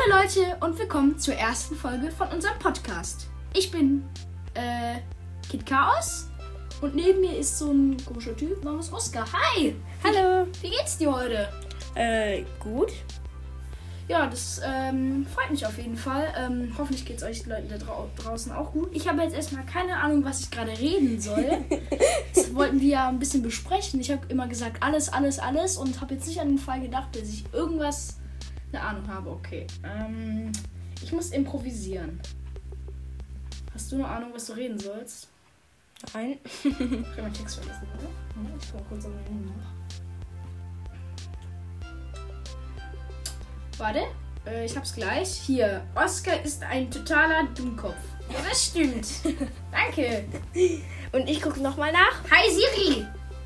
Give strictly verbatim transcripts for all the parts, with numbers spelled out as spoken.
Hallo Leute und willkommen zur ersten Folge von unserem Podcast. Ich bin äh, Kid Chaos und neben mir ist so ein komischer Typ namens Oskar. Hi! Hallo! Wie, wie geht's dir heute? Äh, gut. Ja, das ähm, freut mich auf jeden Fall. Ähm, hoffentlich geht's euch Leuten da drau- draußen auch gut. Ich habe jetzt erstmal keine Ahnung, was ich gerade reden soll. Das wollten wir ja ein bisschen besprechen. Ich habe immer gesagt, alles, alles, alles und habe jetzt nicht an den Fall gedacht, dass ich irgendwas eine Ahnung habe. Okay, ähm, ich muss improvisieren. Hast du eine Ahnung, was du reden sollst? Nein. Ich habe meinen Text vergessen, oder? Ich gucke kurz auf mein Handy nach. Warte, äh, ich hab's gleich. Hier, Oskar ist ein totaler Dummkopf. Ja, das stimmt. Danke. Und ich gucke nochmal nach. Hi Siri.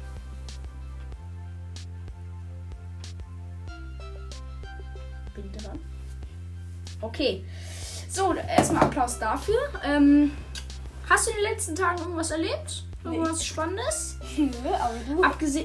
Bin dran. Okay. So, erstmal Applaus dafür. Ähm, hast du in den letzten Tagen irgendwas erlebt? Irgendwas Nee. Spannendes? Nö, aber du. Abgesehen.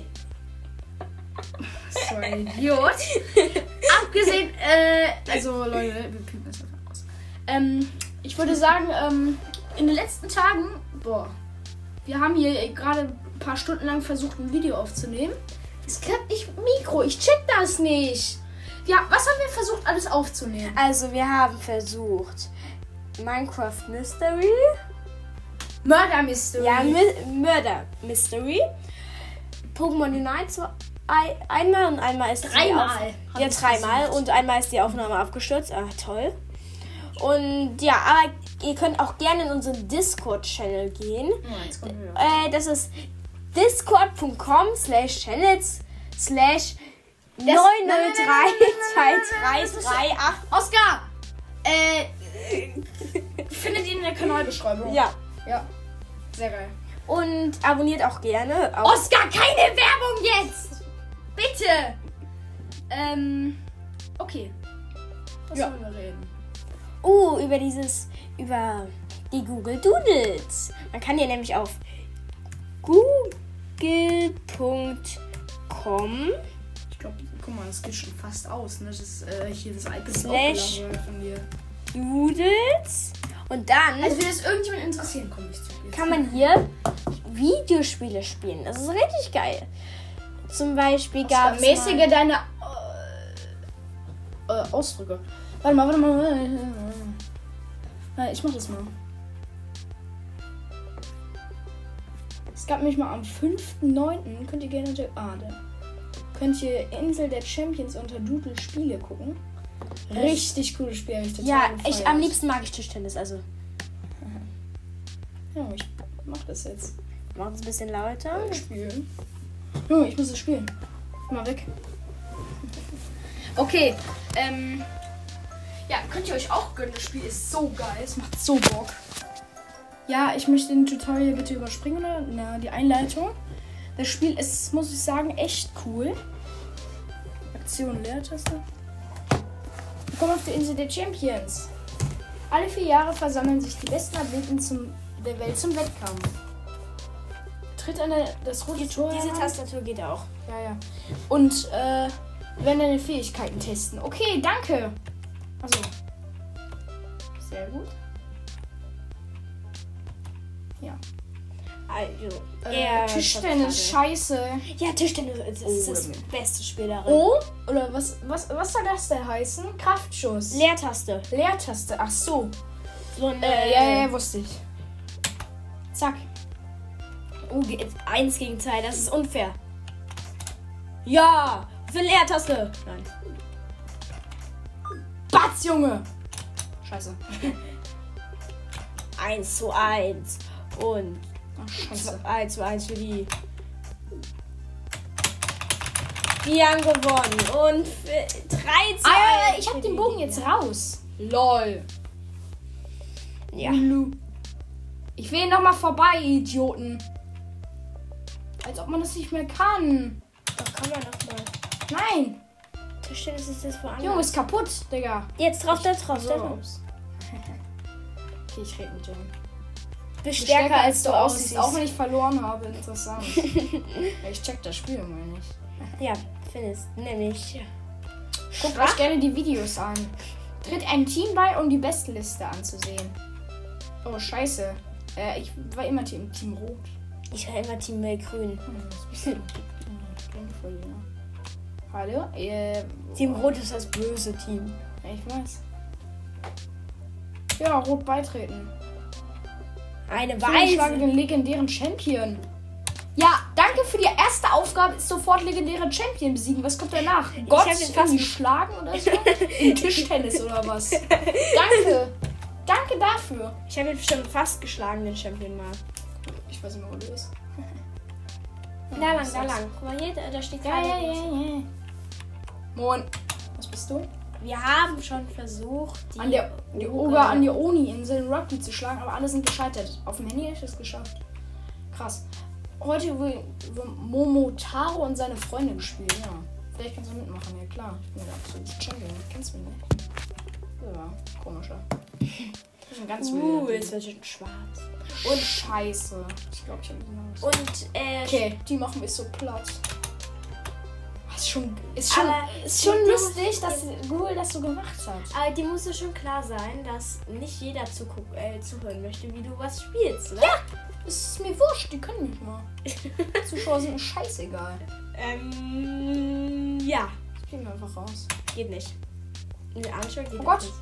So ein Idiot. Abgesehen, äh, also Leute, wir piepen das einfach aus. Ähm, ich würde sagen, ähm, in den letzten Tagen, boah, wir haben hier gerade ein paar Stunden lang versucht, ein Video aufzunehmen. Es klappt nicht mit dem Mikro, ich check das nicht. Ja, was haben wir versucht, alles aufzunehmen? Also, wir haben versucht Minecraft Mystery. Murder Mystery. Ja, Mi- Murder Mystery. Pokémon Unite so ein, einmal und einmal ist die Dreimal Auf- haben Ja, wir's dreimal versucht. und einmal ist die Aufnahme abgestürzt. Ah, toll. Und ja, aber ihr könnt auch gerne in unseren Discord-Channel gehen. Oh, jetzt kommt wieder. Äh, das ist discord.com slash channels slash neun null drei zwei drei drei acht. Oskar! Äh, findet ihr in der Kanalbeschreibung. Ja. Ja, sehr geil. Und abonniert auch gerne. Auch Oskar, keine Werbung jetzt! Bitte! Ähm, okay. Was Ja. sollen wir reden? uh, über dieses, über die Google Doodles. Man kann hier nämlich auf google punkt com Ich glaube, guck mal, das geht schon fast aus, ne? Das ist äh, hier das iPad ist Slash- auch von dir. Doodles und dann Also, wenn das irgendjemand interessieren, komm ich zu dir. kann man hier Videospiele spielen. Das ist richtig geil. Zum Beispiel gab es Mäßige deine äh, äh, Ausdrücke. Warte mal, warte mal. Warte, ich mach das mal. Es gab mich mal am fünften neunten könnt ihr gerne unter ah, da. Könnt ihr Insel der Champions unter Doodle Spiele gucken. Richtig cooles Spiel, hab ich total Ja, gefeiert. ich am liebsten mag ich Tischtennis. Also Ja, ich mach das jetzt. macht es ein bisschen lauter. Äh, spielen. Oh, ich muss es spielen. Mal weg. Okay, ähm. Ja, könnt ihr euch auch gönnen. Das Spiel ist so geil. Es macht so Bock. Ja, ich möchte den Tutorial bitte überspringen, oder? Na, die Einleitung. Das Spiel ist, muss ich sagen, echt cool. Aktion Leertaste. Wir kommen auf die Insel der Champions. Alle vier Jahre versammeln sich die besten Athleten zum, der Welt zum Wettkampf. Tritt an der, das rote Tor. Diese heran. Tastatur geht auch. Ja, ja. Und äh, wir werden deine Fähigkeiten testen. Okay, danke. Also. Sehr gut. Ja. Also, Äh, er Tischtennis, scheiße. Ja, Tischtennis das ist Oh, das oder- beste Spiel darin. Oh? Oder was, was, was soll das denn heißen? Kraftschuss. Leertaste. Leertaste. Ach so. So ein, Äh, ja, ja, ja, wusste ich. Zack. Oh, ge- eins gegen zwei, das ist unfair. Ja, für Leertaste. Nein. Batz, Junge. Scheiße. eins zu eins. Und Ach, scheiße. eins zu eins für die. Die haben gewonnen. Und drei zu Ah, eins ich für hab den die Bogen Gegner. jetzt raus. Lol. Ja. Ich will noch mal vorbei, Idioten. Als ob man das nicht mehr kann. Doch, kann man noch mal. Nein. Tischtennis ist das woanders. Junge, ist kaputt, Digga. Jetzt drauf, da drauf, So, da drauf. ups. Okay, ich rede mit dir. Du bist stärker, als du aussiehst. Auch wenn ich verloren habe. Interessant. Ja, ich check das Spiel mal nicht. Ja, findest nämlich. Guckt euch gerne die Videos an. Tritt ein Team bei, um die Bestenliste anzusehen. Oh, scheiße. Äh, ich war immer Team, Team Rot. Ich war immer Team Grün. Hm, das bist du. Hm, voll, ja. Hallo? Äh, Team Rot ist das böse Team. Ja, ich weiß. Ja, Rot beitreten. Eine Vorschlage Weise. den legendären Champion. Ja, danke für die erste Aufgabe. Ist sofort legendären Champion besiegen. Was kommt danach? Gott hab ihn fast irgendwie schlagen oder so? In Tischtennis oder was? Danke. Danke dafür. Ich habe ihn schon fast geschlagen, den Champion mal. Ich weiß nicht mehr, wo du bist. Da lang, da lang. Guck mal hier, da, da steht Ja, gerade. ja, ja, ja. Moin. Was bist du? Wir haben schon versucht, die An der, die Oga an die Oni-Insel Rugby zu schlagen, aber alle sind gescheitert. Auf dem Handy habe ich es geschafft. Krass. Heute will Momotaro und seine Freundin spielen, ja. Vielleicht kannst du mitmachen, ja klar. Ich bin der absolute Champion. Kennst du mich nicht? Ja, komischer. Das ist ein ganz Uh, weird. es wird schon schwarz. Und scheiße. Ich glaube, ich habe nicht mehr. Und, äh, Okay, die machen wir so platt. Ist schon, ist schon, Aber ist schon du- lustig, dass Google das so gemacht hat. aber dir muss es schon klar sein, dass nicht jeder zuguck, äh, zuhören möchte, wie du was spielst, oder? Ja, es ist mir wurscht, die können mich mal. Zuschauer sind mir scheißegal. Ähm, ja. Ich geh mir einfach raus. Geht nicht. Nee, anschauen geht Oh Gott. nicht.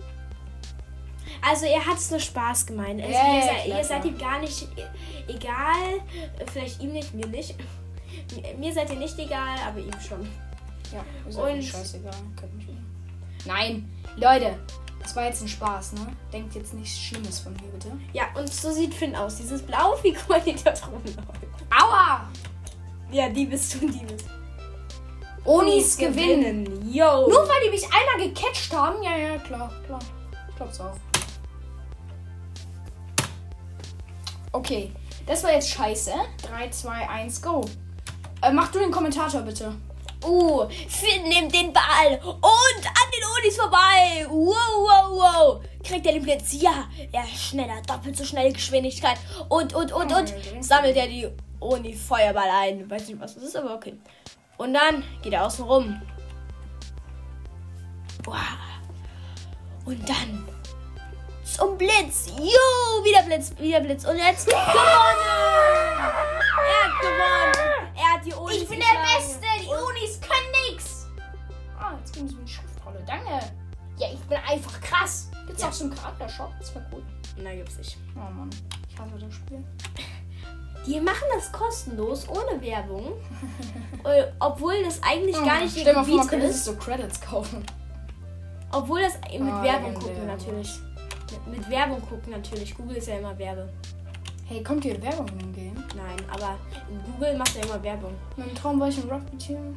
Also er hat es nur Spaß gemeint. Also Ja, ihr, ja, seid, klar, ihr seid klar. ihm gar nicht e- egal. Vielleicht ihm nicht, mir nicht. Mir- Mir seid ihr nicht egal, aber ihm schon. Ja, ist Und- auch nicht scheißegal. Könnt mich wieder. Nein, Leute, das war jetzt ein Spaß, ne? Denkt jetzt nichts Schlimmes von mir, bitte. Ja, und so sieht Finn aus. Dieses blaue Figur, die da drum läuft. Aua! Ja, die bist du, die bist Onis gewinnen. Yo. Nur weil die mich einmal gecatcht haben? Ja, ja, klar, klar. Ich glaub's auch. Okay, das war jetzt scheiße. drei, zwei, eins, go. Äh, mach du den Kommentator bitte. Uh, Finn nimmt den Ball und an den Onis vorbei. Wow, wow, wow. Kriegt er den Blitz? Ja, er ist schneller, doppelt so schnelle Geschwindigkeit. Und, und, und, und sammelt er die Oni-Feuerball ein. Weiß nicht, was das ist, aber okay. Und dann geht er außen rum. Wow. Und dann zum Blitz. Jo, wieder Blitz, wieder Blitz. Und jetzt gewonnen. Er hat gewonnen. Er hat die Onis Ich bin der geschlagen. Beste. Die Unis können nix. Ah, jetzt geben sie mir die Schriftrolle. Danke. Ja, ich bin einfach krass. Gibt's Ja. auch so einen Charaktershop? Das wäre cool. Nein, gibt's nicht. Oh Mann, ich hasse das Spiel. Die machen das kostenlos, ohne Werbung. Äh, Obwohl das eigentlich gar nicht ihr Stell dir mal vor, man Gebiet könnte sich ist. so Credits kaufen. Obwohl das mit Ah, Werbung legendär, gucken natürlich. Mit, mit Werbung gucken natürlich. Google ist ja immer Werbe. Hey, kommt hier Werbung in dem Game? Nein, aber Google macht ja immer Werbung. Mein Traum war ich im Rugby-Team.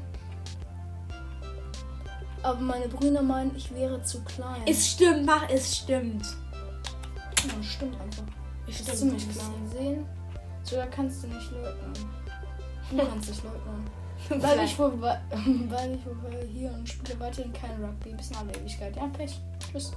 Aber meine Brüder meinen, ich wäre zu klein. Es stimmt, mach es stimmt. Ja, das stimmt einfach. Es Das ist stimmt. ziemlich klein. Sehen? Sogar kannst du nicht leugnen. Du kannst nicht leugnen. Weil ich, wohl, weil ich wohl hier und spiele weiterhin kein Rugby. Bis in alle Ewigkeit. Ja, Pech. Tschüss.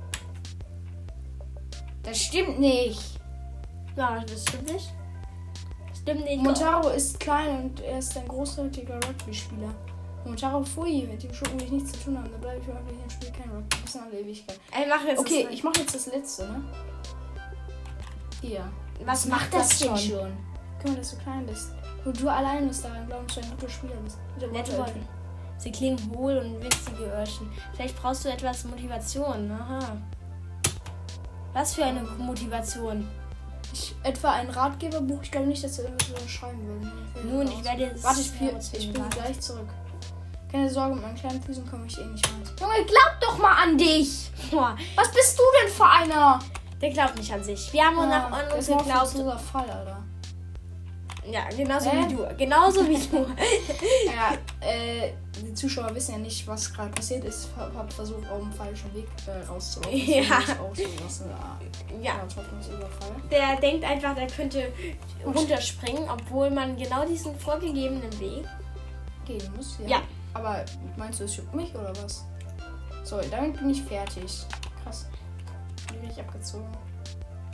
Das stimmt nicht. Ja, das stimmt nicht. Das stimmt nicht. Montaro ist klein und er ist ein großartiger Rugby-Spieler. Montaro Fui, mit dem Schurken will ich nichts zu tun haben. Da bleibe ich einfach hier und spiele kein Rugby. Bis in alle Ewigkeit. Ey, mach jetzt Okay, das ich mache jetzt das letzte, ne? Hier. Was macht das denn schon? Guck mal, dass du klein bist. Und du allein musst daran glauben, dass du ein guter Spieler bist. Mit der Nette Worte- Worte. Sie klingen hohl und winzige Öhrchen. Vielleicht brauchst du etwas Motivation. Aha. Was für eine Motivation? Ich, etwa ein Ratgeberbuch. Ich glaube nicht, dass du irgendwas so schreiben willst. Nun, ich werde es Warte, ich, spiel, herausfinden. ich bin Warte. gleich zurück. Keine Sorge, mit meinen kleinen Füßen komme ich eh nicht weit. Junge, glaub doch mal an dich! Boah, Was bist du denn für einer? der glaubt nicht an sich. Wir haben uns Ah, nach das uns ist ein geglaubt. unser Fall, Alter. Ja, genauso Hä? wie du. Genauso wie du. Ja, äh, die Zuschauer wissen ja nicht, was gerade passiert ist. Ich habe versucht, auf dem falschen Weg äh, rauszulaufen. Ja. Das auch so lassen. Ja, Ja, Überfall. der denkt einfach, der könnte runterspringen, obwohl man genau diesen vorgegebenen Weg. Gehen muss, ja. Ja. Aber meinst du, es juckt mich oder was? So, damit bin ich fertig. Krass. Die bin ich abgezogen.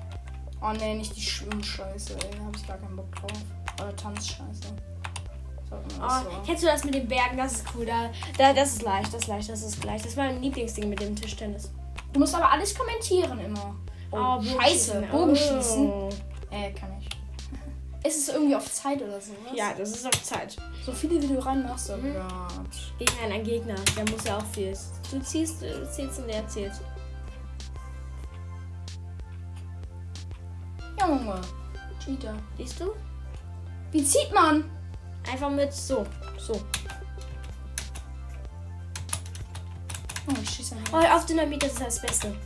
Oh ne, nicht die Schwimmscheiße, ey. Da hab ich gar keinen Bock drauf. Oder Tanzscheiße. Oh, kennst du das mit den Bergen? Das ist cool. Da, da, das ist leicht, das ist leicht, das ist leicht. Das ist mein Lieblingsding mit dem Tischtennis. Du musst aber alles kommentieren immer. Oh, Scheiße. Bogenschießen. Oh. Äh, kann ich. Ist es irgendwie auf Zeit oder so? Was? Ja, das ist auf Zeit. So viele, wie du reinmachst. Oh Mhm. Gott. Gegen einen Gegner, der muss ja auch viel. Du ziehst, du ziehst und der zählt. Junge. Cheater. Siehst du? Wie zieht man? Einfach mit so. So. Oh, ich schieße Oh, auf Dynamit, das ist das Beste.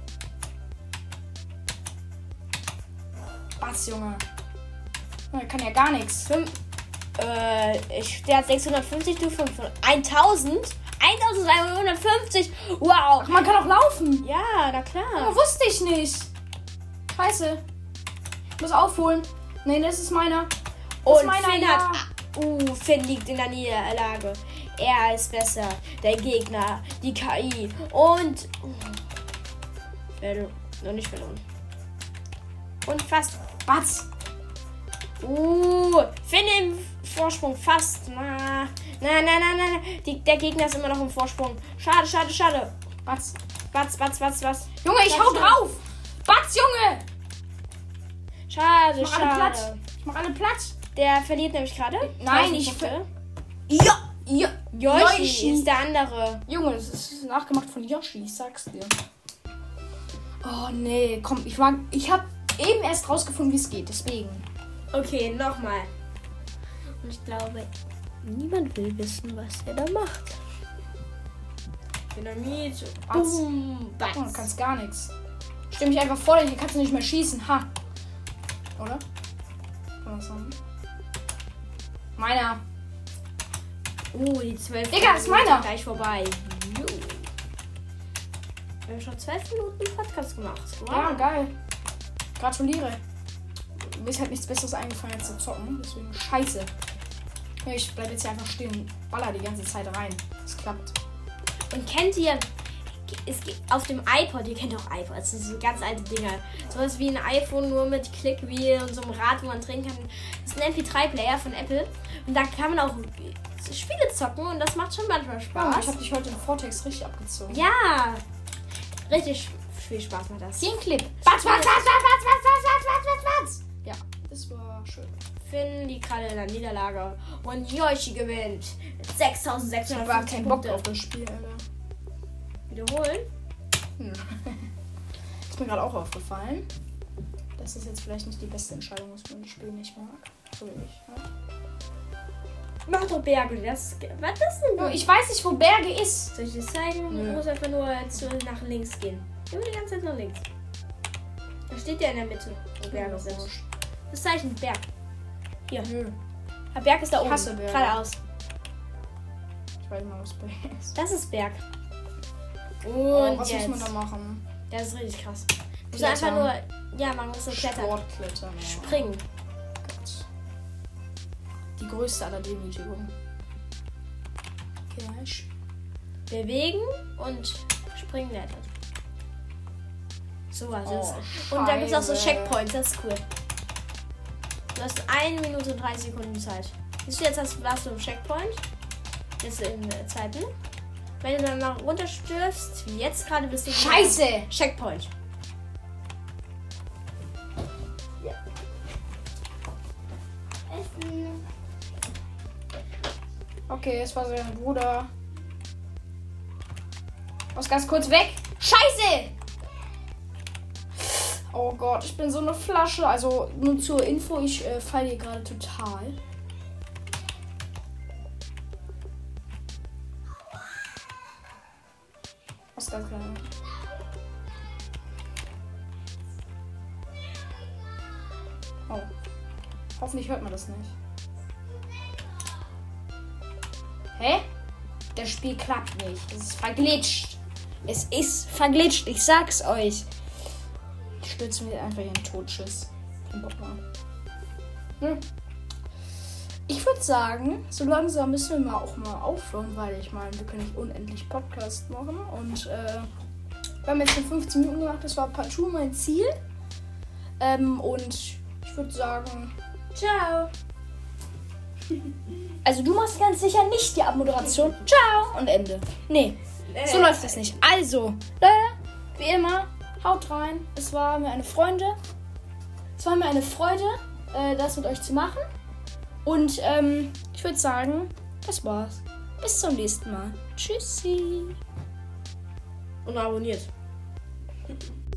Was, Junge? Oh, er kann ja gar nichts. Fünf, äh, ich, der hat sechshundertfünfzig, du fünfhundert. eintausend? eintausendzweihundertfünfzig! Wow! Ach, man kann auch laufen. Ja, na klar. Oh, wusste ich nicht. Scheiße. Ich muss aufholen. Nee, das ist meiner. Das ist Und meiner, Finn ja. hat. Uh, Finn liegt in der Niederlage. Er ist besser. Der Gegner, die K I. Und. Uh, werde noch nicht verloren. Und fast. Was? Uh, Finn im Vorsprung. Fast. Na, na, na, na, na. Die, der Gegner ist immer noch im Vorsprung. Schade, schade, schade. Was? Was, was, was, was? Junge, ich Was, hau was? drauf. Was, Junge? Schade, Ich mach alle platt. schade. Ich mach alle platt. Der verliert nämlich gerade. Nein, tausend ich Punkte. Ja. Ja. Yoshi, Yoshi. ist der andere. Junge, das ist nachgemacht von Yoshi, ich sag's dir. Oh nee, komm, ich war. Ich hab eben erst rausgefunden, wie es geht, deswegen. Okay, nochmal. Und ich glaube, niemand will wissen, was er da macht. Dynamit. Was? Boom. Oh, du kannst gar nichts. Stell mich einfach vor, hier kannst du nicht mehr schießen. Ha. Oder? Kann man sagen? Meiner. Uh, die zwölf Digga, ist Minuten meiner. gleich vorbei. Jo. Wir haben schon zwölf Minuten Podcast gemacht. Wow. Ja, geil. Gratuliere. Mir ist halt nichts Besseres eingefallen, als zu zocken. Deswegen scheiße. Ja, ich bleib jetzt hier einfach stehen und baller die ganze Zeit rein. Das klappt. Und kennt ihr, es gibt auf dem iPod, ihr kennt auch iPods, das sind so ganz alte Dinger. Sowas wie ein iPhone, nur mit Clickwheel und so einem Rad, wo man drehen kann. Das ist ein M P drei Player von Apple. Und da kann man auch Spiele zocken und das macht schon manchmal Ja, Spaß. ich hab dich heute in Vortex richtig abgezogen. Ja, richtig viel Spaß macht das. Hier ein Clip. Was, was, was, was, was, was, was, was, was, was? Ja, das war schön. Finn liegt gerade in der Niederlage und Yoshi gewinnt. Ich hab gar sechstausendsechshundertfünfzig keinen Bock Punkte. auf das Spiel, Alter. Wiederholen. Hm. Ist mir gerade auch aufgefallen, dass das jetzt vielleicht nicht die beste Entscheidung ist, wenn man das Spiel nicht mag. So wie ich. Ja? Mach doch Berge. Das, was ist das denn? Jo, ich weiß nicht, wo Berge ist. Soll ich das zeigen? Nö. Du musst einfach nur zu, nach links gehen. Immer die ganze Zeit nach links. Da steht der in der Mitte, wo Berge sind. Das Zeichen Berg. Hier. Nö. Der Berg ist da Ich oben. hasse Berge. Geradeaus. Ich weiß nicht mal, was Berge ist. Das ist Berg. Und Oh, was jetzt. muss man da machen? Das ist richtig krass. Du musst Klettern. einfach nur. Ja, man muss so klettern. Sportklettern. Ja. Springen. Gott. Die größte aller Demütigungen. Okay, Bewegen und springen leiten. So was Oh, ist. Und da gibt es auch so Scheiße. Checkpoints, das ist cool. Du hast eine Minute und dreißig Sekunden Zeit. Siehst du, jetzt hast, warst du im Checkpoint. Jetzt im äh, zweiten. Wenn du dann mal runterstürzt, wie jetzt gerade bist du. Scheiße! Checkpoint. Ja. Essen. Okay, es war sein Bruder. Oskar ist kurz weg. Scheiße! Oh Gott, ich bin so eine Flasche. Also nur zur Info, ich äh, falle hier gerade total. Oskar ist gerade. Oh. Hoffentlich hört man das nicht. Hä? Das Spiel klappt nicht. Es ist verglitscht. Es ist verglitscht. Ich sag's euch. Ich stürze mir einfach in den Totschiss. Kein Bock mehr. Hm. Ich würde sagen, so langsam müssen wir mal auch mal aufhören, weil ich meine, wir können nicht unendlich Podcast machen. Und äh, wir haben jetzt schon fünfzehn Minuten gemacht. Das war partout mein Ziel. Ähm, und ich würde sagen, Ciao. Also du machst ganz sicher nicht die Abmoderation. Ciao und Ende. Nee, so Äh. läuft das nicht. Also, Leute, wie immer, haut rein. Es war mir eine Freude. Es war mir eine Freude, äh, das mit euch zu machen. Und ähm, ich würde sagen, das war's. Bis zum nächsten Mal. Tschüssi. Und abonniert.